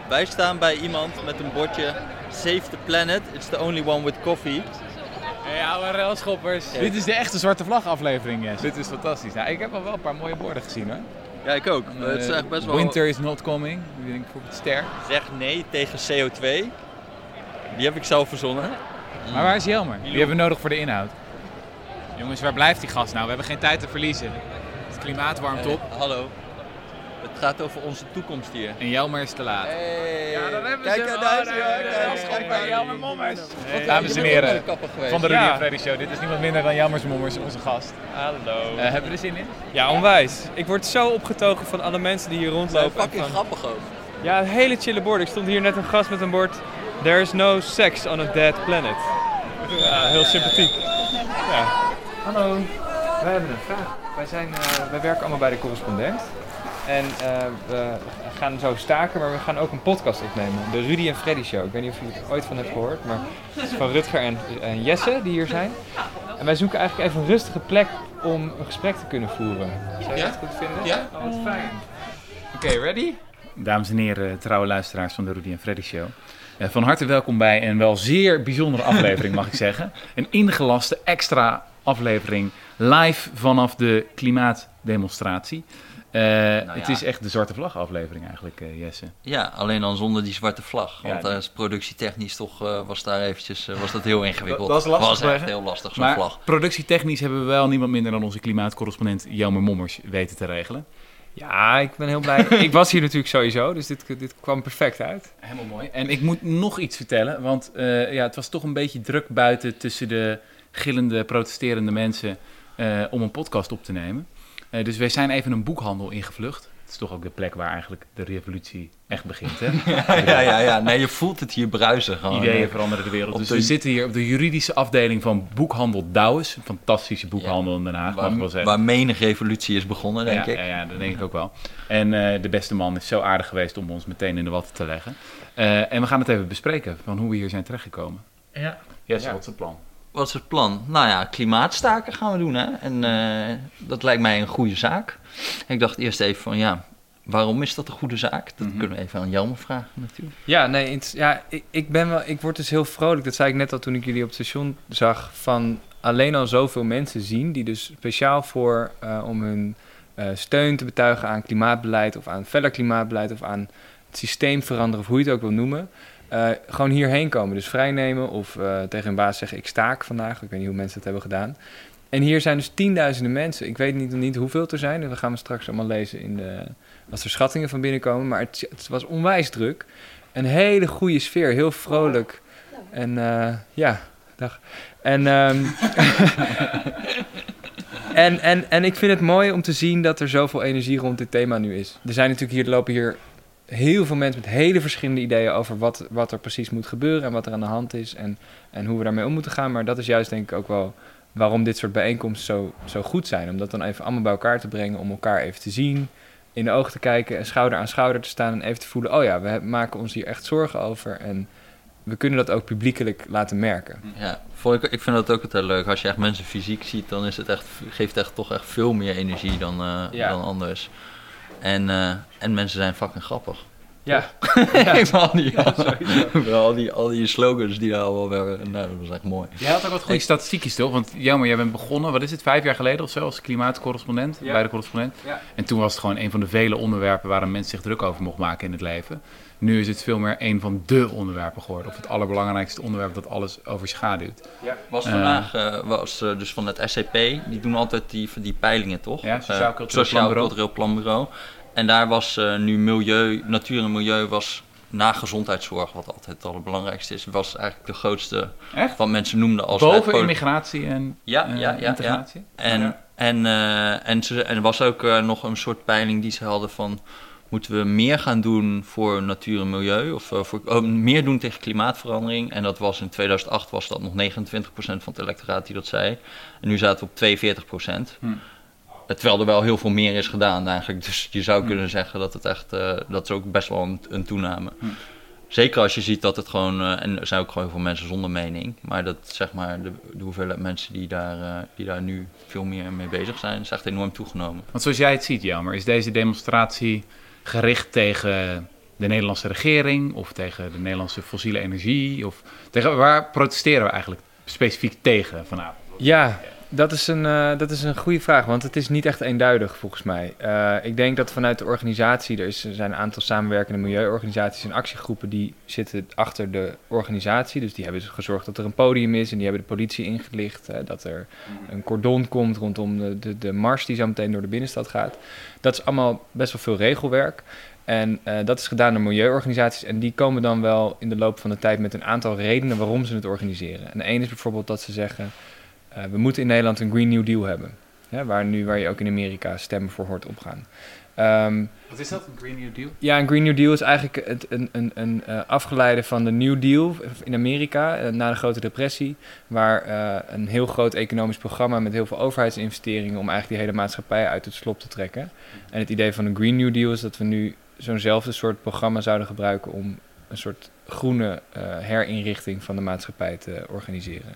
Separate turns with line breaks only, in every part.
Wij staan bij iemand met een bordje Save the Planet, it's the only one with coffee.
Hey, oude railschoppers.
Kijk.
Dit is de echte Zwarte Vlag aflevering, Jess. Dit is fantastisch. Nou, ik heb al wel een paar mooie borden gezien, hoor.
Ja, ik ook. Het is echt best wel...
Winter is not coming. Die denk ik bijvoorbeeld ster.
Zeg nee tegen CO2. Die heb ik zelf verzonnen.
Maar waar is Jelmer? Die hebben we nodig voor de inhoud. Jongens, waar blijft die gast nou? We hebben geen tijd te verliezen. Het klimaat warmt op.
Hallo. Het gaat over onze toekomst hier.
En Jelmer is te laat.
Hey.
Ja, dan hebben
Kijk,
ze
daar is
Kijk bij Jelmer Mommers.
Hey,
Dames en heren, van de Rudy
Ja.
en Freddy Show. Dit is niemand minder dan Jelmers Mommers, onze gast.
Hallo.
Hebben we er zin in?
Ja, onwijs. Ik word zo opgetogen van alle mensen die hier rondlopen.
Fucking grappig ook.
Ja, een hele chille bord. Ik stond hier net een gast met een bord. There is no sex on a dead planet. Ja, heel sympathiek. Ja. Hallo. Wij hebben een vraag. Wij werken allemaal bij de Correspondent. En we gaan zo staken, maar we gaan ook een podcast opnemen. De Rudy en Freddy Show. Ik weet niet of je er ooit van hebt gehoord, maar het is van Rutger en Jesse die hier zijn. En wij zoeken eigenlijk even een rustige plek om een gesprek te kunnen voeren. Zou je dat goed vinden?
Ja.
Oh, wat fijn.
Oké, ready? Dames en heren, trouwe luisteraars van de Rudy en Freddy Show. Van harte welkom bij een wel zeer bijzondere aflevering, mag ik zeggen. Een ingelaste extra aflevering live vanaf de klimaatdemonstratie. Het is echt de Zwarte Vlag aflevering eigenlijk, Jesse.
Ja, alleen dan zonder die zwarte vlag. Want
Ja,
productietechnisch toch was daar eventjes was dat heel ingewikkeld.
Dat is lastig
was echt
zeggen.
heel lastig, zo'n
Maar
vlag.
productietechnisch hebben we wel niemand minder dan onze klimaatcorrespondent Jelmer Mommers weten te regelen.
Ja, ik ben heel blij. Ik was hier natuurlijk sowieso, dus dit kwam perfect uit.
Helemaal mooi. En ik moet nog iets vertellen, want het was toch een beetje druk buiten tussen de gillende, protesterende mensen om een podcast op te nemen. Dus wij zijn even een boekhandel ingevlucht. Het is toch ook de plek waar eigenlijk de revolutie echt begint, hè?
Ja. Nee, je voelt het hier bruisen gewoon.
Ideeën veranderen de wereld. Dus we zitten hier op de juridische afdeling van boekhandel Douwes. Een fantastische boekhandel in Den Haag, mag ik wel zeggen.
Waar menig revolutie is begonnen, denk ik.
Ja, dat denk ik ook wel. En de beste man is zo aardig geweest om ons meteen in de watten te leggen. En we gaan het even bespreken van hoe we hier zijn terechtgekomen.
Ja.
Jesse, wat is het plan?
Wat is het plan? Nou ja, klimaatstaken gaan we doen, hè. En dat lijkt mij een goede zaak. Ik dacht eerst even van, ja, waarom is dat een goede zaak? Dat kunnen we even aan Jelmer vragen, natuurlijk.
Ja, nee, ik word dus heel vrolijk. Dat zei ik net al toen ik jullie op het station zag. Van alleen al zoveel mensen zien die dus speciaal om hun steun te betuigen aan klimaatbeleid of aan feller klimaatbeleid of aan het systeem veranderen of hoe je het ook wil noemen. Gewoon hierheen komen, dus vrijnemen of tegen hun baas zeggen ik staak vandaag. Ik weet niet hoe mensen dat hebben gedaan. En hier zijn dus tienduizenden mensen. Ik weet niet hoeveel er zijn. Dat gaan we straks allemaal lezen als er schattingen van binnenkomen. Maar het was onwijs druk. Een hele goede sfeer, heel vrolijk. En dag. En ik vind het mooi om te zien dat er zoveel energie rond dit thema nu is. Er lopen hier heel veel mensen met hele verschillende ideeën over wat er precies moet gebeuren en wat er aan de hand is en hoe we daarmee om moeten gaan. Maar dat is juist denk ik ook wel waarom dit soort bijeenkomsten zo goed zijn. Om dat dan even allemaal bij elkaar te brengen, om elkaar even te zien, in de ogen te kijken en schouder aan schouder te staan en even te voelen, oh ja, we maken ons hier echt zorgen over en we kunnen dat ook publiekelijk laten merken.
Ja, ik vind dat ook altijd leuk. Als je echt mensen fysiek ziet, dan is het geeft echt toch echt veel meer energie dan anders. En mensen zijn fucking grappig.
Ja.
Al die slogans die daar al wel dat was echt mooi.
Jij had ook wat goede statistiekjes, toch? Want Jelmer, jij bent begonnen, wat is het, 5 jaar geleden of zo, als klimaatcorrespondent, bij de correspondent. Ja. En toen was het gewoon een van de vele onderwerpen waar een mens zich druk over mocht maken in het leven. Nu is het veel meer een van de onderwerpen geworden. Of het allerbelangrijkste onderwerp dat alles overschaduwt.
Ja. Vandaag dus van het SCP, die doen altijd die peilingen, toch?
Ja, Sociaal
Cultureel Planbureau. En daar was nu natuur en milieu was na gezondheidszorg, wat altijd het allerbelangrijkste is, was eigenlijk de grootste.
Echt?
Wat mensen noemden als
boven immigratie en integratie.
Ja. En er was ook nog een soort peiling die ze hadden van, moeten we meer gaan doen voor natuur en milieu of meer doen tegen klimaatverandering? En dat was in 2008 was dat nog 29% van het electoraat die dat zei. En nu zaten we op 42%. Terwijl er wel heel veel meer is gedaan eigenlijk. Dus je zou kunnen zeggen dat het echt, dat is ook best wel een toename. Zeker als je ziet dat het gewoon, en er zijn ook gewoon heel veel mensen zonder mening. Maar dat zeg maar, de hoeveelheid mensen die daar nu veel meer mee bezig zijn, is echt enorm toegenomen.
Want zoals jij het ziet, Jelmer, is deze demonstratie gericht tegen de Nederlandse regering of tegen de Nederlandse fossiele energie? Of waar protesteren we eigenlijk specifiek tegen vanavond?
Ja, dat is een goede vraag, want het is niet echt eenduidig volgens mij. Ik denk dat vanuit de organisatie, er zijn een aantal samenwerkende milieuorganisaties en actiegroepen die zitten achter de organisatie. Dus die hebben gezorgd dat er een podium is en die hebben de politie ingelicht. Dat er een cordon komt rondom de mars die zo meteen door de binnenstad gaat. Dat is allemaal best wel veel regelwerk. En dat is gedaan door milieuorganisaties en die komen dan wel in de loop van de tijd met een aantal redenen waarom ze het organiseren. En de ene is bijvoorbeeld dat ze zeggen, we moeten in Nederland een Green New Deal hebben. Ja, waar je ook in Amerika stemmen voor hoort opgaan.
Wat is dat, een Green New Deal?
Ja, een Green New Deal is eigenlijk een afgeleide van de New Deal in Amerika na de Grote Depressie. Waar een heel groot economisch programma met heel veel overheidsinvesteringen om eigenlijk die hele maatschappij uit het slop te trekken. En het idee van een Green New Deal is dat we nu zo'nzelfde soort programma zouden gebruiken om een soort groene herinrichting van de maatschappij te organiseren.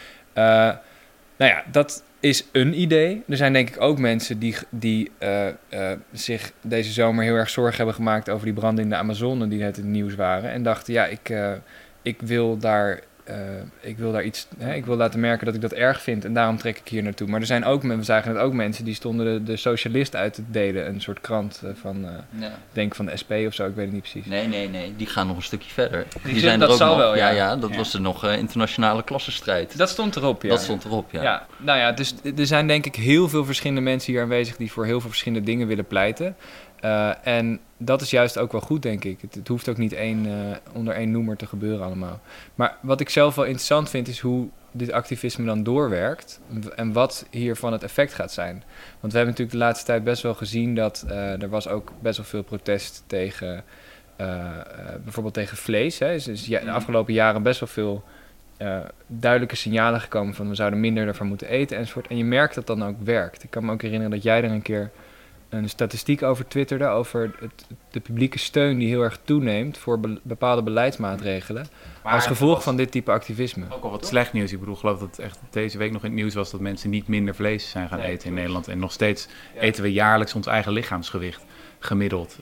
Nou ja, dat is een idee. Er zijn denk ik ook mensen die zich deze zomer heel erg zorgen hebben gemaakt over die branden in de Amazone die net in het nieuws waren. En dachten, ja, ik wil daar iets, ik wil laten merken dat ik dat erg vind en daarom trek ik hier naartoe. Maar er zijn ook, we zagen het ook mensen die stonden de socialist uit te delen. Een soort krant denk van de SP of zo, ik weet het niet precies.
Nee, die gaan nog een stukje verder.
Die zijn dat zal wel, ja.
Ja, dat was er nog internationale klassenstrijd.
Dat stond erop, ja.
Dat stond erop, ja.
Ja. Nou ja, dus er zijn denk ik heel veel verschillende mensen hier aanwezig die voor heel veel verschillende dingen willen pleiten. En dat is juist ook wel goed, denk ik. Het hoeft ook niet onder één noemer te gebeuren allemaal. Maar wat ik zelf wel interessant vind, is hoe dit activisme dan doorwerkt en wat hiervan het effect gaat zijn. Want we hebben natuurlijk de laatste tijd best wel gezien dat er was ook best wel veel protest tegen, bijvoorbeeld tegen vlees. Hè. Dus de afgelopen jaren best wel veel duidelijke signalen gekomen van we zouden minder ervan moeten eten enzovoort. En je merkt dat dan ook werkt. Ik kan me ook herinneren dat jij er een keer een statistiek over twitterde over de publieke steun die heel erg toeneemt voor bepaalde beleidsmaatregelen als gevolg van dit type activisme.
Ook al wat slecht nieuws. Ik bedoel, geloof dat het echt deze week nog in het nieuws was dat mensen niet minder vlees zijn gaan eten in Nederland. En nog steeds eten we jaarlijks ons eigen lichaamsgewicht gemiddeld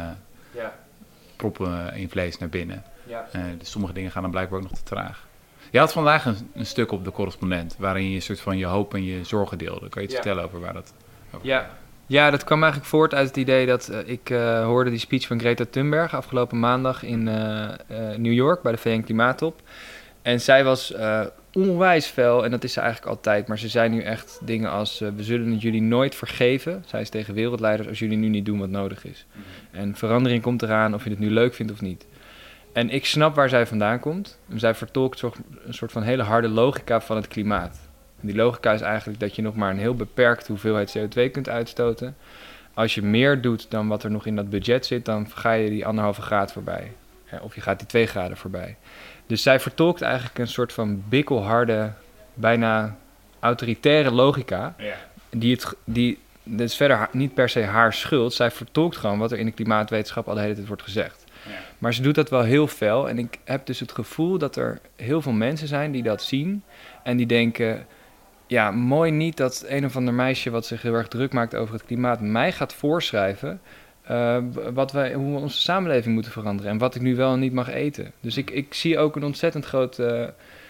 proppen in vlees naar binnen. Ja. Dus sommige dingen gaan dan blijkbaar ook nog te traag. Je had vandaag een stuk op de Correspondent waarin je een soort van je hoop en je zorgen deelde. Kan je iets vertellen over waar dat over gaat?
Ja, dat kwam eigenlijk voort uit het idee dat ik hoorde die speech van Greta Thunberg afgelopen maandag in New York bij de VN Klimaattop. En zij was onwijs fel, en dat is ze eigenlijk altijd, maar ze zei nu echt dingen als we zullen het jullie nooit vergeven, zei ze tegen wereldleiders, als jullie nu niet doen wat nodig is. En verandering komt eraan of je het nu leuk vindt of niet. En ik snap waar zij vandaan komt. En zij vertolkt een soort van hele harde logica van het klimaat. En die logica is eigenlijk dat je nog maar een heel beperkt hoeveelheid CO2 kunt uitstoten. Als je meer doet dan wat er nog in dat budget zit, dan ga je die 1,5 graad voorbij. Of je gaat die 2 graden voorbij. Dus zij vertolkt eigenlijk een soort van bikkelharde, bijna autoritaire logica. Ja. Dat is verder niet per se haar schuld. Zij vertolkt gewoon wat er in de klimaatwetenschap al de hele tijd wordt gezegd. Ja. Maar ze doet dat wel heel fel. En ik heb dus het gevoel dat er heel veel mensen zijn die dat zien. En die denken, ja, mooi niet dat een of ander meisje wat zich heel erg druk maakt over het klimaat mij gaat voorschrijven hoe we onze samenleving moeten veranderen en wat ik nu wel en niet mag eten. Dus ik zie ook een ontzettend grote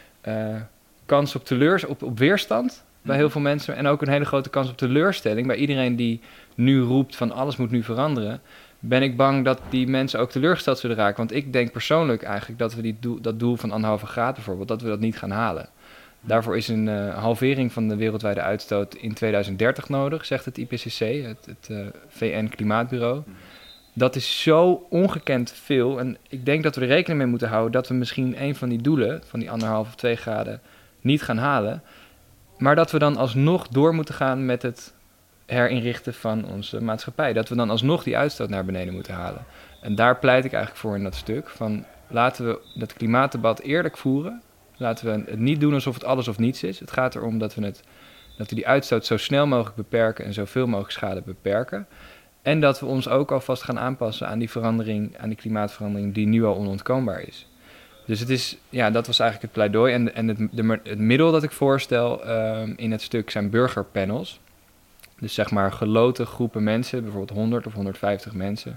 kans op weerstand bij heel veel mensen en ook een hele grote kans op teleurstelling bij iedereen die nu roept van alles moet nu veranderen. Ben ik bang dat die mensen ook teleurgesteld zullen raken. Want ik denk persoonlijk eigenlijk dat we dat doel van 1,5 graad bijvoorbeeld, dat we dat niet gaan halen. Daarvoor is een halvering van de wereldwijde uitstoot in 2030 nodig, zegt het IPCC, het VN-klimaatbureau. Dat is zo ongekend veel. En ik denk dat we er rekening mee moeten houden dat we misschien een van die doelen, van die 1,5 of 2 graden, niet gaan halen. Maar dat we dan alsnog door moeten gaan met het herinrichten van onze maatschappij. Dat we dan alsnog die uitstoot naar beneden moeten halen. En daar pleit ik eigenlijk voor in dat stuk. Van laten we dat klimaatdebat eerlijk voeren. Laten we het niet doen alsof het alles of niets is. Het gaat erom dat we die uitstoot zo snel mogelijk beperken en zoveel mogelijk schade beperken. En dat we ons ook alvast gaan aanpassen aan die verandering, aan die klimaatverandering die nu al onontkoombaar is. Dus dat was eigenlijk het pleidooi. En het middel dat ik voorstel in het stuk zijn burgerpanels. Dus zeg maar geloten groepen mensen, bijvoorbeeld 100 of 150 mensen,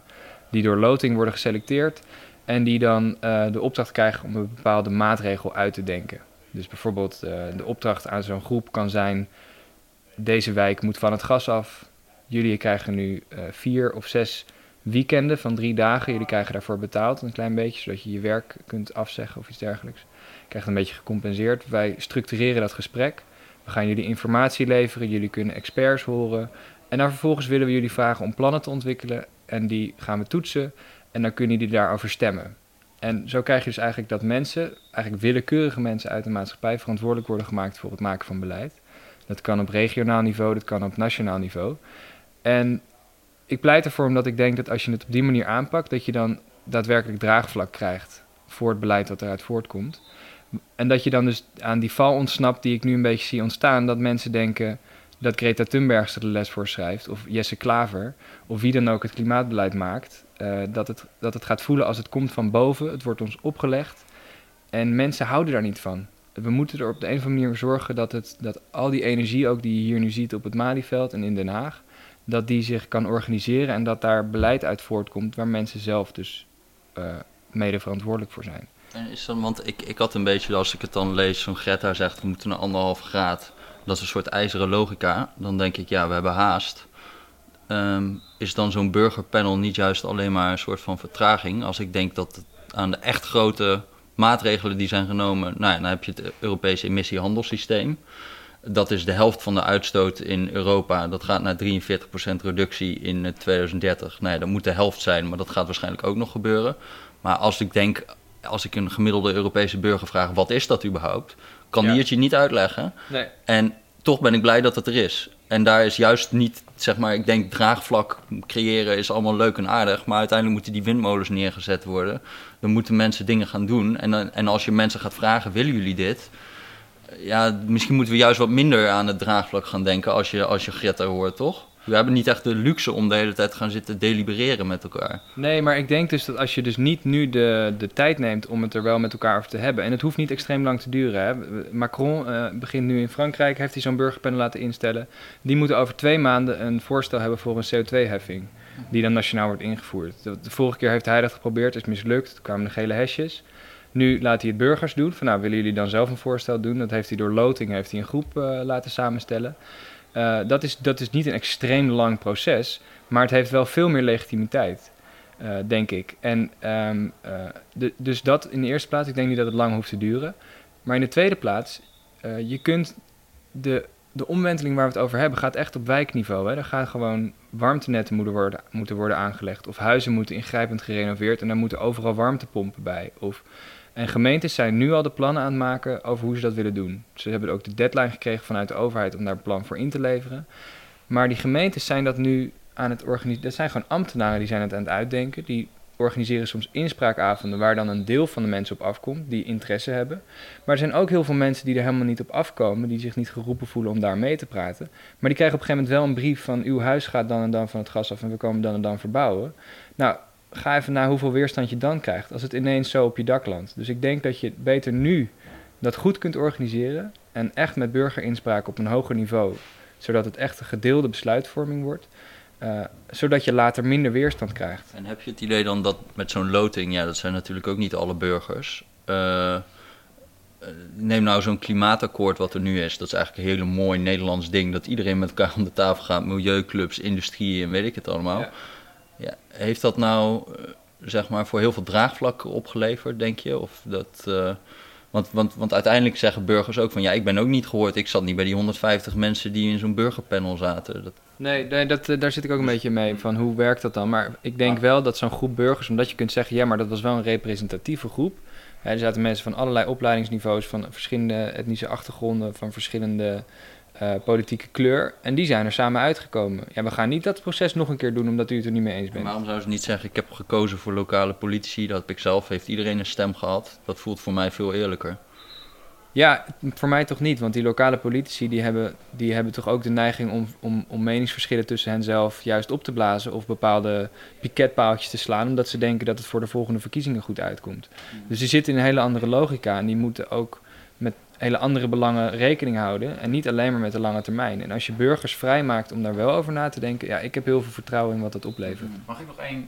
die door loting worden geselecteerd en die dan de opdracht krijgen om een bepaalde maatregel uit te denken. Dus bijvoorbeeld de opdracht aan zo'n groep kan zijn: deze wijk moet van het gas af. Jullie krijgen nu 4 of 6 weekenden van 3 dagen. Jullie krijgen daarvoor betaald een klein beetje, zodat je je werk kunt afzeggen of iets dergelijks. Je krijgt een beetje gecompenseerd. Wij structureren dat gesprek. We gaan jullie informatie leveren. Jullie kunnen experts horen. En dan vervolgens willen we jullie vragen om plannen te ontwikkelen. En die gaan we toetsen. En dan kunnen jullie daarover stemmen. En zo krijg je dus eigenlijk dat mensen, eigenlijk willekeurige mensen uit de maatschappij, verantwoordelijk worden gemaakt voor het maken van beleid. Dat kan op regionaal niveau, dat kan op nationaal niveau. En ik pleit ervoor omdat ik denk dat als je het op die manier aanpakt, dat je dan daadwerkelijk draagvlak krijgt voor het beleid dat eruit voortkomt. En dat je dan dus aan die val ontsnapt die ik nu een beetje zie ontstaan, dat mensen denken dat Greta Thunberg er de les voor schrijft, of Jesse Klaver, of wie dan ook het klimaatbeleid maakt, dat het gaat voelen als het komt van boven, het wordt ons opgelegd en mensen houden daar niet van. We moeten er op de een of andere manier zorgen dat al die energie ook die je hier nu ziet op het Malieveld en in Den Haag, dat die zich kan organiseren en dat daar beleid uit voortkomt waar mensen zelf dus mede verantwoordelijk voor zijn.
En is dan, want ik had een beetje, als ik het dan lees, zo'n Greta zegt, we moeten naar 1,5 graad. Dat is een soort ijzeren logica. Dan denk ik, ja, we hebben haast. Is dan zo'n burgerpanel niet juist alleen maar een soort van vertraging? Als ik denk dat aan de echt grote maatregelen die zijn genomen, nou ja, dan heb je het Europese emissiehandelssysteem. Dat is de helft van de uitstoot in Europa. Dat gaat naar 43% reductie in 2030. Nou ja, dat moet de helft zijn, maar dat gaat waarschijnlijk ook nog gebeuren. Maar als ik een gemiddelde Europese burger vraag, wat is dat überhaupt? Kan die het je niet uitleggen.
Nee.
En toch ben ik blij dat het er is. En daar is juist niet, zeg maar, ik denk draagvlak creëren is allemaal leuk en aardig. Maar uiteindelijk moeten die windmolens neergezet worden. Dan moeten mensen dingen gaan doen. En als je mensen gaat vragen, willen jullie dit? Ja, misschien moeten we juist wat minder aan het draagvlak gaan denken als je Greta hoort, toch? We hebben niet echt de luxe om de hele tijd te gaan zitten delibereren met elkaar.
Nee, maar ik denk dus dat als je dus niet nu de tijd neemt om het er wel met elkaar over te hebben. En het hoeft niet extreem lang te duren. Hè. Macron begint nu in Frankrijk, heeft hij zo'n burgerpanel laten instellen. Die moeten over 2 maanden een voorstel hebben voor een CO2-heffing. Die dan nationaal wordt ingevoerd. De vorige keer heeft hij dat geprobeerd, is mislukt. Toen kwamen de gele hesjes. Nu laat hij het burgers doen. Van nou, willen jullie dan zelf een voorstel doen? Dat heeft hij door loting een groep laten samenstellen. Dat is niet een extreem lang proces, maar het heeft wel veel meer legitimiteit, denk ik. En dus dat in de eerste plaats, ik denk niet dat het lang hoeft te duren. Maar in de tweede plaats, je kunt de omwenteling waar we het over hebben, gaat echt op wijkniveau. Hè. Er gaan gewoon warmtenetten moeten worden aangelegd, of huizen moeten ingrijpend gerenoveerd en daar moeten overal warmtepompen bij. En gemeentes zijn nu al de plannen aan het maken over hoe ze dat willen doen. Ze hebben ook de deadline gekregen vanuit de overheid om daar een plan voor in te leveren. Maar die gemeentes zijn dat nu aan het organiseren. Dat zijn gewoon ambtenaren die zijn het aan het uitdenken. Die organiseren soms inspraakavonden waar dan een deel van de mensen op afkomt die interesse hebben. Maar er zijn ook heel veel mensen die er helemaal niet op afkomen, die zich niet geroepen voelen om daar mee te praten. Maar die krijgen op een gegeven moment wel een brief van uw huis gaat dan en dan van het gas af en we komen dan en dan verbouwen. Nou, ga even naar hoeveel weerstand je dan krijgt als het ineens zo op je dak landt. Dus ik denk dat je beter nu dat goed kunt organiseren en echt met burgerinspraak op een hoger niveau, zodat het echt een gedeelde besluitvorming wordt, zodat je later minder weerstand krijgt.
En heb je het idee dan dat met zo'n loting, ja, dat zijn natuurlijk ook niet alle burgers. Neem nou zo'n klimaatakkoord wat er nu is. Dat is eigenlijk een hele mooi Nederlands ding, dat iedereen met elkaar om de tafel gaat, milieuclubs, industrie en weet ik het allemaal.
Ja.
Ja, heeft dat nou, zeg maar, voor heel veel draagvlak opgeleverd, denk je? Of dat, want uiteindelijk zeggen burgers ook van, ja, ik ben ook niet gehoord. Ik zat niet bij die 150 mensen die in zo'n burgerpanel zaten.
Nee, daar zit ik ook een beetje mee, van hoe werkt dat dan? Maar ik denk wel dat zo'n groep burgers, omdat je kunt zeggen, ja, maar dat was wel een representatieve groep. Er zaten mensen van allerlei opleidingsniveaus, van verschillende etnische achtergronden, van verschillende politieke kleur. En die zijn er samen uitgekomen. Ja, we gaan niet dat proces nog een keer doen omdat u het er niet mee eens bent.
Maar waarom zou ze niet zeggen, ik heb gekozen voor lokale politici, dat heb ik zelf, heeft iedereen een stem gehad. Dat voelt voor mij veel eerlijker.
Ja, voor mij toch niet, want die lokale politici die hebben toch ook de neiging om meningsverschillen tussen hen zelf juist op te blazen of bepaalde piketpaaltjes te slaan, omdat ze denken dat het voor de volgende verkiezingen goed uitkomt. Dus die zitten in een hele andere logica en die moeten ook met hele andere belangen rekening houden en niet alleen maar met de lange termijn. En als je burgers vrijmaakt om daar wel over na te denken, ja, ik heb heel veel vertrouwen in wat dat oplevert.
Mag ik nog één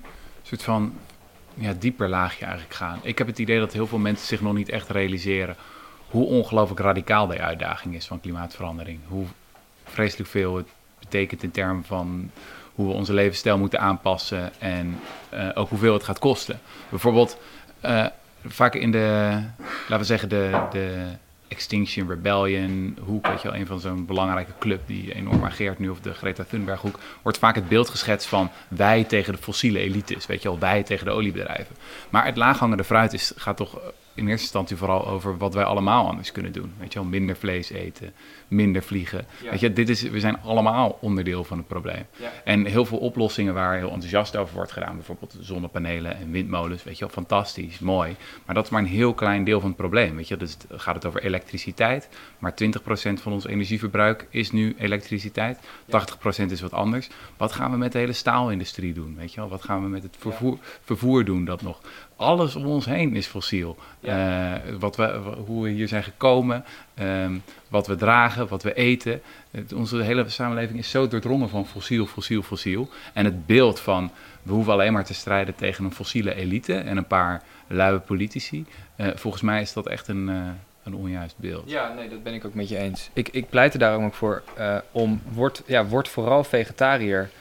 soort van dieper laagje eigenlijk gaan. Ik heb het idee dat heel veel mensen zich nog niet echt realiseren hoe ongelooflijk radicaal de uitdaging is van klimaatverandering. Hoe vreselijk veel het betekent in termen van hoe we onze levensstijl moeten aanpassen en ook hoeveel het gaat kosten. Bijvoorbeeld vaak in laten we zeggen, de Extinction Rebellion hoek, weet je wel, een van zo'n belangrijke club die enorm ageert nu, of de Greta Thunberg hoek, wordt vaak het beeld geschetst van wij tegen de fossiele elites, weet je wel, wij tegen de oliebedrijven. Maar het laaghangende fruit gaat toch in eerste instantie vooral over wat wij allemaal anders kunnen doen. Weet je wel, minder vlees eten, minder vliegen. Ja. Weet je, we zijn allemaal onderdeel van het probleem. Ja. En heel veel oplossingen waar heel enthousiast over wordt gedaan, bijvoorbeeld zonnepanelen en windmolens, weet je wel, fantastisch, mooi. Maar dat is maar een heel klein deel van het probleem, weet je. Dus gaat het over elektriciteit, maar 20% van ons energieverbruik is nu elektriciteit. 80% is wat anders. Wat gaan we met de hele staalindustrie doen, weet je wel? Wat gaan we met het vervoer doen dat nog? Alles om ons heen is fossiel. Ja. Hoe we hier zijn gekomen, wat we dragen, wat we eten. Onze hele samenleving is zo doordrongen van fossiel. En het beeld van we hoeven alleen maar te strijden tegen een fossiele elite en een paar luie politici. Volgens mij is dat echt een onjuist beeld.
Ja, nee, dat ben ik ook met je eens. Ik pleit er daarom ook voor word vooral vegetariër.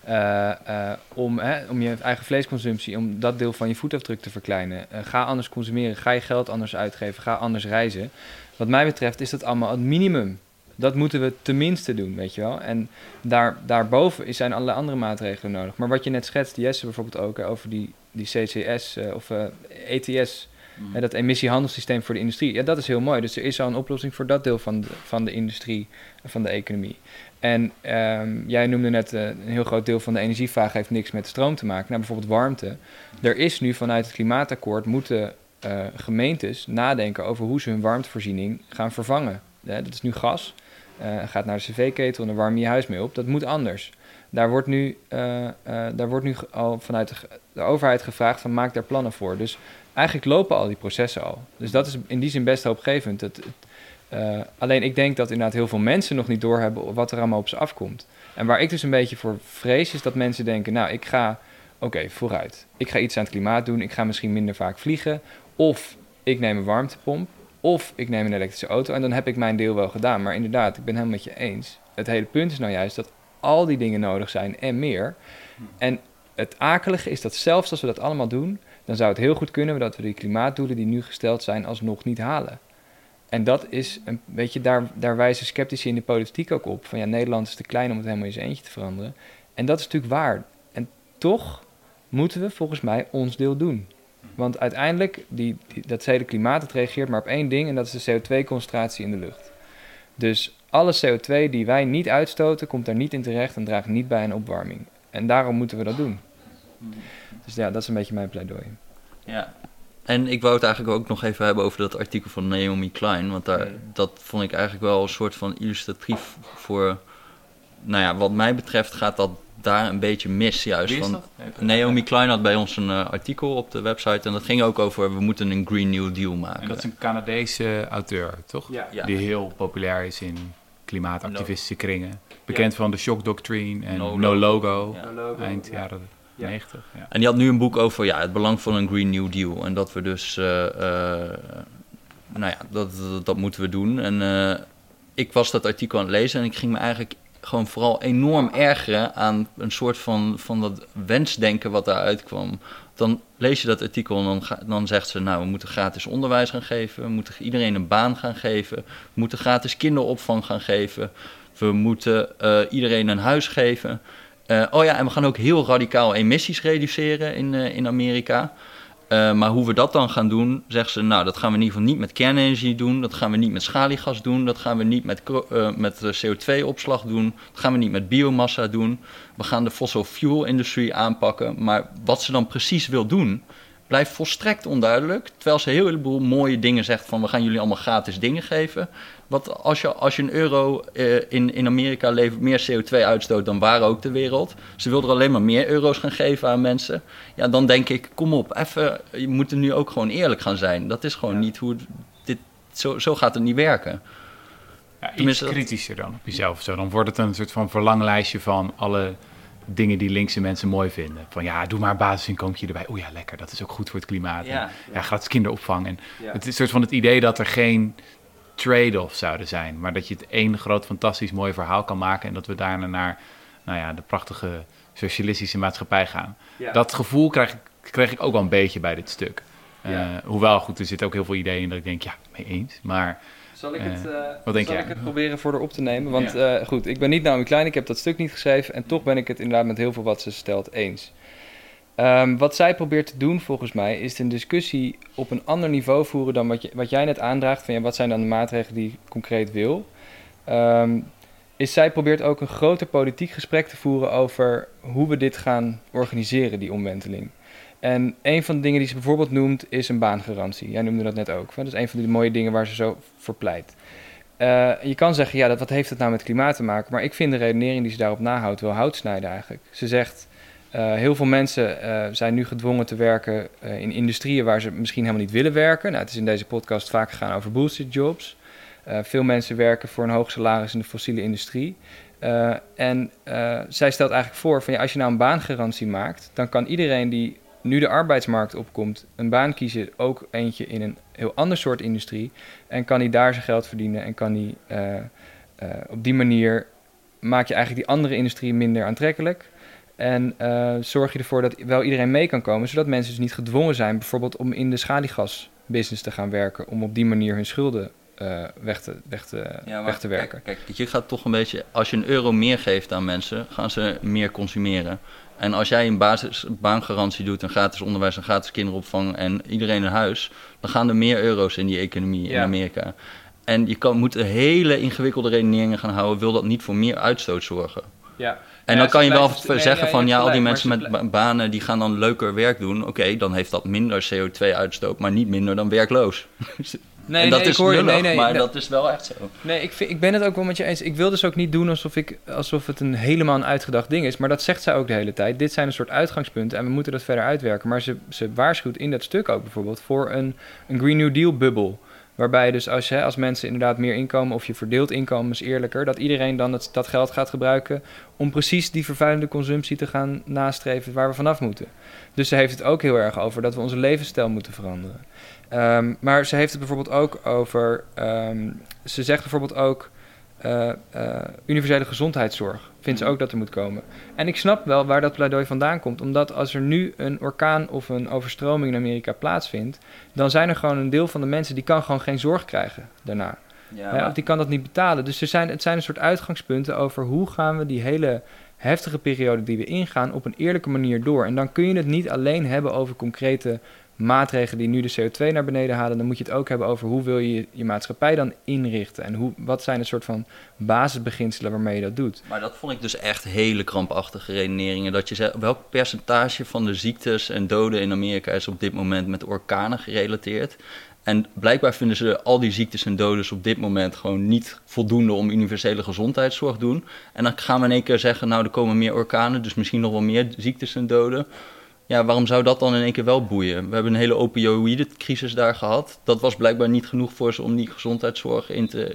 Om je eigen vleesconsumptie, om dat deel van je voetafdruk te verkleinen. Ga anders consumeren, ga je geld anders uitgeven, ga anders reizen. Wat mij betreft is dat allemaal het minimum. Dat moeten we tenminste doen, weet je wel. En daarboven zijn allerlei andere maatregelen nodig. Maar wat je net schetst, Jesse bijvoorbeeld ook, over die CCS of ETS, dat emissiehandelssysteem voor de industrie. Ja, dat is heel mooi. Dus er is al een oplossing voor dat deel van de industrie, van de economie. En jij noemde net een heel groot deel van de energievraag heeft niks met stroom te maken. Nou, bijvoorbeeld warmte. Er is nu vanuit het klimaatakkoord moeten gemeentes nadenken over hoe ze hun warmtevoorziening gaan vervangen. Dat is nu gas. Gaat naar de cv-ketel en dan warm je je huis mee op. Dat moet anders. Daar wordt nu al vanuit de overheid gevraagd van maak daar plannen voor. Dus eigenlijk lopen al die processen al. Dus dat is in die zin best hoopgevend. Alleen ik denk dat inderdaad heel veel mensen nog niet doorhebben wat er allemaal op ze afkomt. En waar ik dus een beetje voor vrees is dat mensen denken, nou ik ga, vooruit. Ik ga iets aan het klimaat doen, ik ga misschien minder vaak vliegen. Of ik neem een warmtepomp, of ik neem een elektrische auto en dan heb ik mijn deel wel gedaan. Maar inderdaad, ik ben helemaal met je eens. Het hele punt is nou juist dat al die dingen nodig zijn en meer. En het akelige is dat zelfs als we dat allemaal doen, dan zou het heel goed kunnen dat we die klimaatdoelen die nu gesteld zijn alsnog niet halen. En dat is, daar wijzen sceptici in de politiek ook op. Van Nederland is te klein om het helemaal in zijn eentje te veranderen. En dat is natuurlijk waar. En toch moeten we volgens mij ons deel doen. Want uiteindelijk, dat hele klimaat, het reageert maar op één ding en dat is de CO2-concentratie in de lucht. Dus alle CO2 die wij niet uitstoten, komt daar niet in terecht en draagt niet bij aan opwarming. En daarom moeten we dat doen. Dus ja, dat is een beetje mijn pleidooi.
Ja. En ik wou het eigenlijk ook nog even hebben over dat artikel van Naomi Klein. Want dat vond ik eigenlijk wel een soort van illustratief voor... Nou ja, wat mij betreft gaat dat daar een beetje mis juist.
Wie is dat?
Naomi Klein had bij ons een artikel op de website. En dat ging ook over, we moeten een Green New Deal maken.
En dat is een Canadese auteur, toch?
Ja.
Die heel populair is in klimaatactivistische kringen. Bekend van de Shock Doctrine en No Logo. Eind jaren 90. Ja.
En die had nu een boek over het belang van een Green New Deal. En dat we dus... dat moeten we doen. En ik was dat artikel aan het lezen en ik ging me eigenlijk gewoon vooral enorm ergeren aan een soort van dat wensdenken wat daaruit kwam. Dan lees je dat artikel en dan zegt ze, we moeten gratis onderwijs gaan geven, we moeten iedereen een baan gaan geven, we moeten gratis kinderopvang gaan geven, we moeten iedereen een huis geven. En we gaan ook heel radicaal emissies reduceren in Amerika. Maar hoe we dat dan gaan doen, zegt ze, dat gaan we in ieder geval niet met kernenergie doen, dat gaan we niet met schaliegas doen, dat gaan we niet met CO2-opslag doen, dat gaan we niet met biomassa doen. We gaan de fossil fuel-industrie aanpakken, maar wat ze dan precies wil doen, blijft volstrekt onduidelijk. Terwijl ze een heleboel mooie dingen zegt van, we gaan jullie allemaal gratis dingen geven. Wat als je €1 in Amerika levert meer CO2 uitstoot dan waar ook ter wereld. Ze wil er alleen maar meer euro's gaan geven aan mensen. Ja, dan denk ik, kom op, even, je moet er nu ook gewoon eerlijk gaan zijn. Dat is gewoon niet hoe zo gaat het niet werken.
Ja, iets kritischer dan op jezelf. Zo. Dan wordt het een soort van verlanglijstje van alle dingen die linkse mensen mooi vinden. Van ja, doe maar een basisinkomstje erbij. Oeh ja, lekker, dat is ook goed voor het klimaat.
Ja.
Gratis kinderopvang. En het is een soort van het idee dat er geen trade-off zouden zijn. Maar dat je het één groot fantastisch mooi verhaal kan maken. En dat we daarna naar de prachtige socialistische maatschappij gaan. Ja. Dat gevoel kreeg ik ook wel een beetje bij dit stuk. Hoewel, goed, er zitten ook heel veel ideeën in dat ik denk, ja, mee eens. Maar
Zal ik
het
proberen voor erop te nemen? Want goed, ik ben niet Naomi Klein, ik heb dat stuk niet geschreven. En toch ben ik het inderdaad met heel veel wat ze stelt eens. Wat zij probeert te doen volgens mij is een discussie op een ander niveau voeren dan wat jij net aandraagt. Van, wat zijn dan de maatregelen die ik concreet wil? Zij probeert ook een groter politiek gesprek te voeren over hoe we dit gaan organiseren, die omwenteling. En een van de dingen die ze bijvoorbeeld noemt is een baangarantie. Jij noemde dat net ook. Dat is een van de mooie dingen waar ze zo voor pleit. Je kan zeggen, wat heeft het nou met klimaat te maken? Maar ik vind de redenering die ze daarop nahoudt wel hout snijden eigenlijk. Ze zegt, heel veel mensen zijn nu gedwongen te werken in industrieën waar ze misschien helemaal niet willen werken. Nou, het is in deze podcast vaak gegaan over bullshit jobs. Veel mensen werken voor een hoog salaris in de fossiele industrie. Zij stelt eigenlijk voor, van, als je nou een baangarantie maakt, dan kan iedereen die nu de arbeidsmarkt opkomt, een baan kiezen, ook eentje in een heel ander soort industrie. En kan hij daar zijn geld verdienen en kan hij op die manier maak je eigenlijk die andere industrie minder aantrekkelijk. En zorg je ervoor dat wel iedereen mee kan komen, zodat mensen dus niet gedwongen zijn, bijvoorbeeld om in de schaliegasbusiness te gaan werken, om op die manier hun schulden weg te werken.
Kijk, je gaat toch een beetje, als je €1 meer geeft aan mensen, gaan ze meer consumeren. En als jij een baangarantie doet, een gratis onderwijs, een gratis kinderopvang en iedereen een huis, dan gaan er meer euro's in die economie in Amerika. En je moet hele ingewikkelde redeneringen gaan houden, wil dat niet voor meer uitstoot zorgen.
Ja.
En dan kan je wel zeggen van al die mensen met banen die gaan dan leuker werk doen. Oké, dan heeft dat minder CO2-uitstoot, maar niet minder dan werkloos. Nee, dat is lullig, maar dat is wel echt zo.
Nee, ik ben het ook wel met je eens. Ik wil dus ook niet doen alsof het helemaal een uitgedacht ding is. Maar dat zegt zij ook de hele tijd. Dit zijn een soort uitgangspunten en we moeten dat verder uitwerken. Maar ze waarschuwt in dat stuk ook bijvoorbeeld voor een Green New Deal-bubbel. Waarbij dus als mensen inderdaad meer inkomen of je verdeelt inkomens eerlijker, dat iedereen dan dat geld gaat gebruiken om precies die vervuilende consumptie te gaan nastreven waar we vanaf moeten. Dus ze heeft het ook heel erg over dat we onze levensstijl moeten veranderen. Maar ze heeft het bijvoorbeeld ook over, ze zegt bijvoorbeeld ook universele gezondheidszorg. Vindt ze ook dat er moet komen. En ik snap wel waar dat pleidooi vandaan komt. Omdat als er nu een orkaan of een overstroming in Amerika plaatsvindt, dan zijn er gewoon een deel van de mensen die kan gewoon geen zorg krijgen daarna. Ja, of die kan dat niet betalen. Dus het zijn een soort uitgangspunten over hoe gaan we die hele heftige periode die we ingaan op een eerlijke manier door. En dan kun je het niet alleen hebben over concrete maatregelen die nu de CO2 naar beneden halen. Dan moet je het ook hebben over hoe wil je je maatschappij dan inrichten. En wat zijn de soort van basisbeginselen waarmee je dat doet.
Maar dat vond ik dus echt hele krampachtige redeneringen. Dat je zegt, welk percentage van de ziektes en doden in Amerika is op dit moment met orkanen gerelateerd? En blijkbaar vinden ze al die ziektes en doden op dit moment gewoon niet voldoende om universele gezondheidszorg te doen. En dan gaan we in één keer zeggen, nou er komen meer orkanen, dus misschien nog wel meer ziektes en doden. Ja, waarom zou dat dan in één keer wel boeien? We hebben een hele opioïdencrisis daar gehad. Dat was blijkbaar niet genoeg voor ze om die gezondheidszorg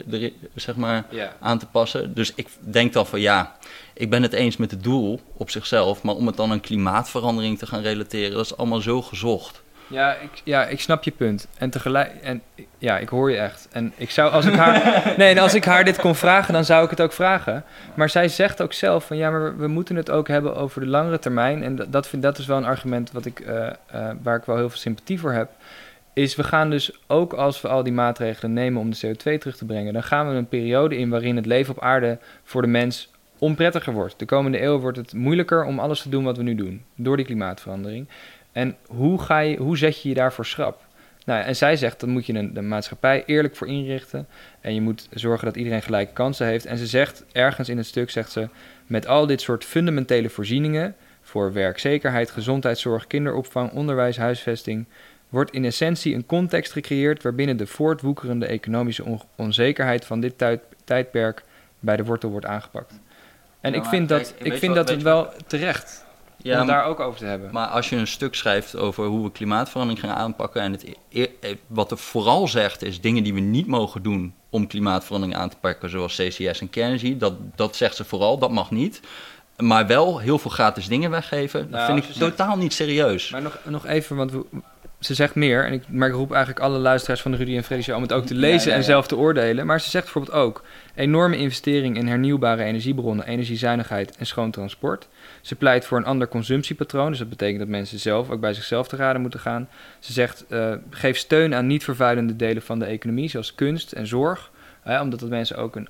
aan te passen. Dus ik denk dan van ik ben het eens met het doel op zichzelf, maar om het dan aan klimaatverandering te gaan relateren, dat is allemaal zo gezocht.
Ik snap je punt. En tegelijk, ik hoor je echt. En ik zou, als ik haar dit kon vragen, dan zou ik het ook vragen. Maar zij zegt ook zelf van maar we moeten het ook hebben over de langere termijn. En dat is wel een argument waar ik wel heel veel sympathie voor heb. Is we gaan dus ook als we al die maatregelen nemen om de CO2 terug te brengen, dan gaan we een periode in waarin het leven op aarde voor de mens onprettiger wordt. De komende eeuw wordt het moeilijker om alles te doen wat we nu doen, door die klimaatverandering. En hoe zet je je daarvoor schrap? Nou, en zij zegt, dan moet je de maatschappij eerlijk voor inrichten. En je moet zorgen dat iedereen gelijke kansen heeft. En ze zegt, ergens in het stuk zegt ze, met al dit soort fundamentele voorzieningen voor werkzekerheid, gezondheidszorg, kinderopvang, onderwijs, huisvesting, wordt in essentie een context gecreëerd waarbinnen de voortwoekerende economische onzekerheid van dit tijdperk bij de wortel wordt aangepakt. En ik vind dat het wel terecht. Om het daar ook over te hebben.
Maar als je een stuk schrijft over hoe we klimaatverandering gaan aanpakken en wat er vooral zegt is dingen die we niet mogen doen om klimaatverandering aan te pakken, zoals CCS en kernenergie, dat zegt ze vooral, dat mag niet. maar wel heel veel gratis dingen weggeven. Dat vind ik totaal niet serieus.
Maar nog even, want ze zegt meer. En ik roep eigenlijk alle luisteraars van de Rudy en Freddy Show om het ook te lezen en zelf te oordelen. Maar ze zegt bijvoorbeeld ook: enorme investering in hernieuwbare energiebronnen, energiezuinigheid en schoon transport. Ze pleit voor een ander consumptiepatroon. Dus dat betekent dat mensen zelf ook bij zichzelf te raden moeten gaan. Ze zegt: geef steun aan niet vervuilende delen van de economie, zoals kunst en zorg. Omdat dat mensen ook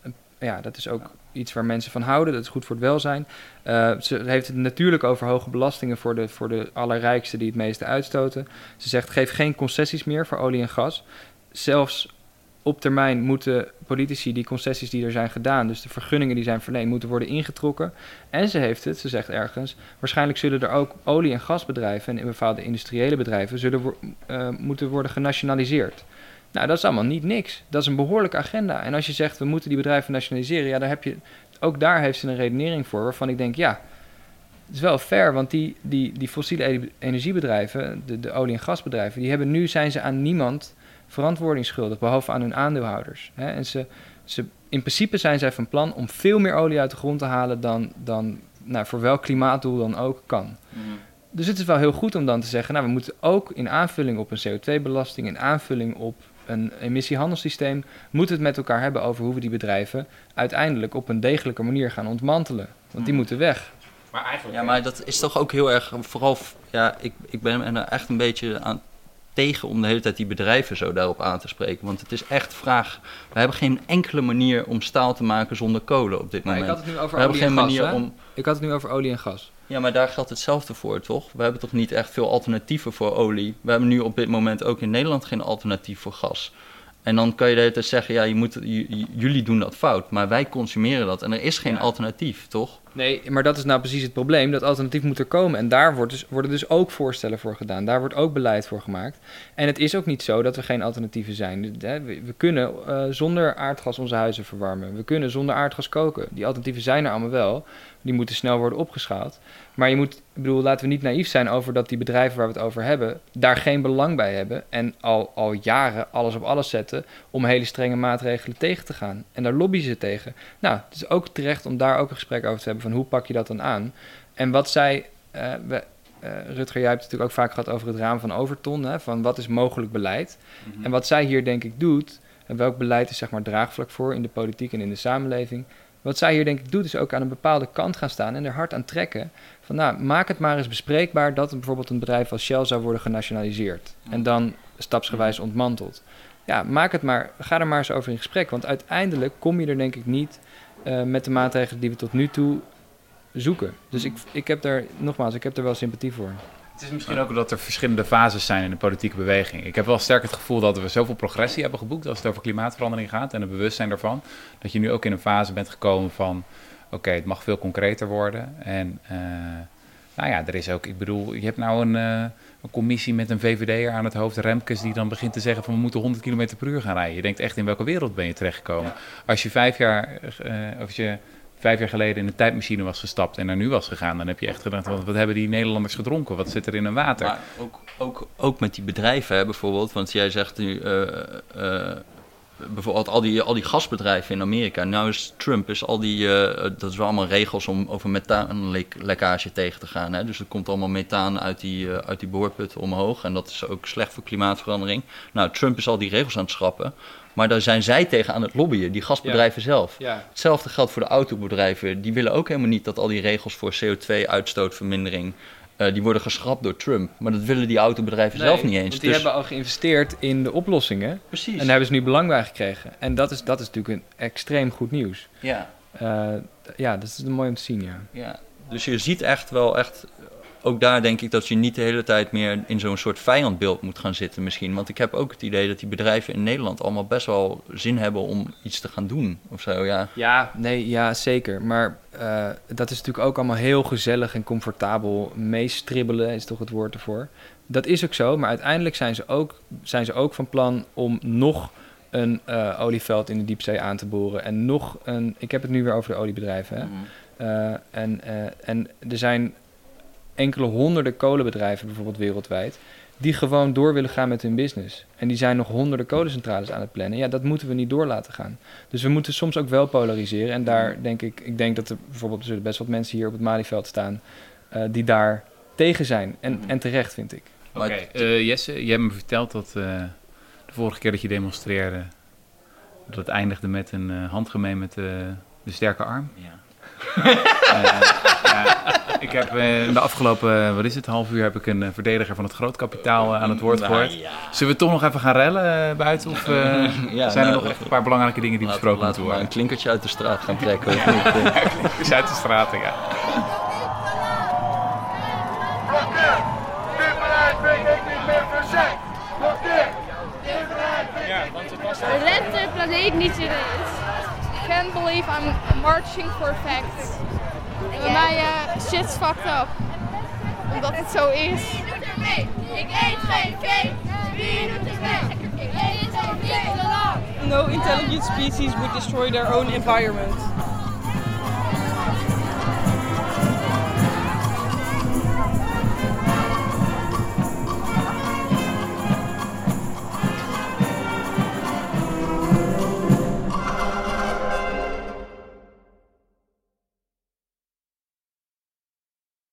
dat is ook iets waar mensen van houden. Dat is goed voor het welzijn. Ze heeft het natuurlijk over hoge belastingen voor de allerrijksten die het meeste uitstoten. Ze zegt: geef geen concessies meer voor olie en gas. Zelfs op termijn moeten politici die concessies die er zijn gedaan, dus de vergunningen die zijn verleend, moeten worden ingetrokken. En ze zegt ergens, waarschijnlijk zullen er ook olie- en gasbedrijven en bepaalde industriële bedrijven moeten worden genationaliseerd. Nou, dat is allemaal niet niks. Dat is een behoorlijke agenda. En als je zegt, we moeten die bedrijven nationaliseren, ook daar heeft ze een redenering voor, waarvan ik denk, ja, het is wel fair, want die fossiele energiebedrijven, de olie- en gasbedrijven, zijn ze aan niemand verantwoording schuldig, behalve aan hun aandeelhouders. En in principe zijn zij van plan om veel meer olie uit de grond te halen dan voor welk klimaatdoel dan ook kan. Mm. Dus het is wel heel goed om dan te zeggen, we moeten ook in aanvulling op een CO2-belasting, in aanvulling op een emissiehandelssysteem, moeten het met elkaar hebben over hoe we die bedrijven uiteindelijk op een degelijke manier gaan ontmantelen. Want die moeten weg.
Maar eigenlijk... Ja, maar dat is toch ook heel erg, vooral, ik ben er echt een beetje aan tegen om de hele tijd die bedrijven zo daarop aan te spreken. Want het is echt vraag. We hebben geen enkele manier om staal te maken zonder kolen op dit moment.
Ik had het nu over olie en gas. Ik had het nu over olie en gas.
Ja, maar daar geldt hetzelfde voor, toch? We hebben toch niet echt veel alternatieven voor olie. We hebben nu op dit moment ook in Nederland geen alternatief voor gas. En dan kan je de hele tijd zeggen, jullie doen dat fout, maar wij consumeren dat. En er is geen alternatief, toch?
Nee, maar dat is nou precies het probleem. Dat alternatief moet er komen. En daar worden dus ook voorstellen voor gedaan. Daar wordt ook beleid voor gemaakt. En het is ook niet zo dat er geen alternatieven zijn. We kunnen zonder aardgas onze huizen verwarmen. We kunnen zonder aardgas koken. Die alternatieven zijn er allemaal wel. Die moeten snel worden opgeschaald. Maar laten we niet naïef zijn over dat die bedrijven waar we het over hebben, daar geen belang bij hebben. En al jaren alles op alles zetten om hele strenge maatregelen tegen te gaan. En daar lobbyen ze tegen. Nou, het is ook terecht om daar ook een gesprek over te hebben van hoe pak je dat dan aan. En wat zij, Rutger, jij hebt het natuurlijk ook vaak gehad over het raam van Overton, van wat is mogelijk beleid. Mm-hmm. En wat zij hier denk ik doet, en welk beleid is zeg maar draagvlak voor in de politiek en in de samenleving. Wat zij hier denk ik doet, is ook aan een bepaalde kant gaan staan en er hard aan trekken. Van maak het maar eens bespreekbaar dat bijvoorbeeld een bedrijf als Shell zou worden genationaliseerd. En dan stapsgewijs ontmanteld. Ja, ga er maar eens over in gesprek. Want uiteindelijk kom je er denk ik niet met de maatregelen die we tot nu toe zoeken. Dus ik heb er wel sympathie voor.
Het is misschien ook dat er verschillende fases zijn in de politieke beweging. Ik heb wel sterk het gevoel dat we zoveel progressie hebben geboekt als het over klimaatverandering gaat en het bewustzijn daarvan. Dat je nu ook in een fase bent gekomen van, oké, het mag veel concreter worden. En er is ook, je hebt nou een commissie met een VVD'er aan het hoofd, Remkes, die dan begint te zeggen van we moeten 100 km per uur gaan rijden. Je denkt echt, in welke wereld ben je terechtgekomen? Ja. Als je 5 jaar geleden in een tijdmachine was gestapt en er nu was gegaan, dan heb je echt gedacht, wat hebben die Nederlanders gedronken? Wat zit er in hun water?
Maar ook met die bedrijven, bijvoorbeeld, want jij zegt nu bijvoorbeeld al die gasbedrijven in Amerika. Nou is Trump, dat is wel allemaal regels om over methaanlekkage tegen te gaan. Hè? Dus er komt allemaal methaan uit die boorputten omhoog en dat is ook slecht voor klimaatverandering. Nou, Trump is al die regels aan het schrappen. Maar daar zijn zij tegen aan het lobbyen, die gasbedrijven zelf. Ja. Hetzelfde geldt voor de autobedrijven. Die willen ook helemaal niet dat al die regels voor CO2-uitstootvermindering die worden geschrapt door Trump. Maar dat willen die autobedrijven zelf niet eens.
Want die hebben al geïnvesteerd in de oplossingen.
Precies.
En daar hebben ze nu belang bij gekregen. En dat is natuurlijk een extreem goed nieuws.
Ja.
Dat is mooi om te zien, ja.
Ja. Dus je ziet echt wel ook daar denk ik dat je niet de hele tijd meer in zo'n soort vijandbeeld moet gaan zitten misschien. Want ik heb ook het idee dat die bedrijven in Nederland allemaal best wel zin hebben om iets te gaan doen of zo, ja.
Ja, zeker. Maar dat is natuurlijk ook allemaal heel gezellig en comfortabel. Meestribbelen is toch het woord ervoor. Dat is ook zo, maar uiteindelijk zijn ze ook van plan om nog een olieveld in de diepzee aan te boren. En ik heb het nu weer over de oliebedrijven, hè. Mm-hmm. En er zijn enkele honderden kolenbedrijven bijvoorbeeld wereldwijd die gewoon door willen gaan met hun business. En die zijn nog honderden codecentrales aan het plannen. Ja, dat moeten we niet door laten gaan. Dus we moeten soms ook wel polariseren. En daar denk ik denk dat er bijvoorbeeld er zullen best wat mensen hier op het Malieveld staan die daar tegen zijn. En terecht, vind ik.
Oké, Jesse, je hebt me verteld dat de vorige keer dat je demonstreerde, dat het eindigde met een handgemeen met de sterke arm.
Ja.
Ik heb in de afgelopen, half uur heb ik een verdediger van het grootkapitaal aan het woord gehoord. Ja. Zullen we toch nog even gaan rellen buiten? Of zijn er nog echt een paar belangrijke dingen die besproken moeten worden?
Een klinkertje uit de straat gaan trekken.
Klinkertjes uit de straat, ja.
Let de planeet niet serieus. I can't believe I'm marching for facts. Bij mij shit's fucked up. Omdat het zo is. Ik eet geen cake. Wie doet er mee? Ik eet geen cake. No intelligent species would destroy their own environment.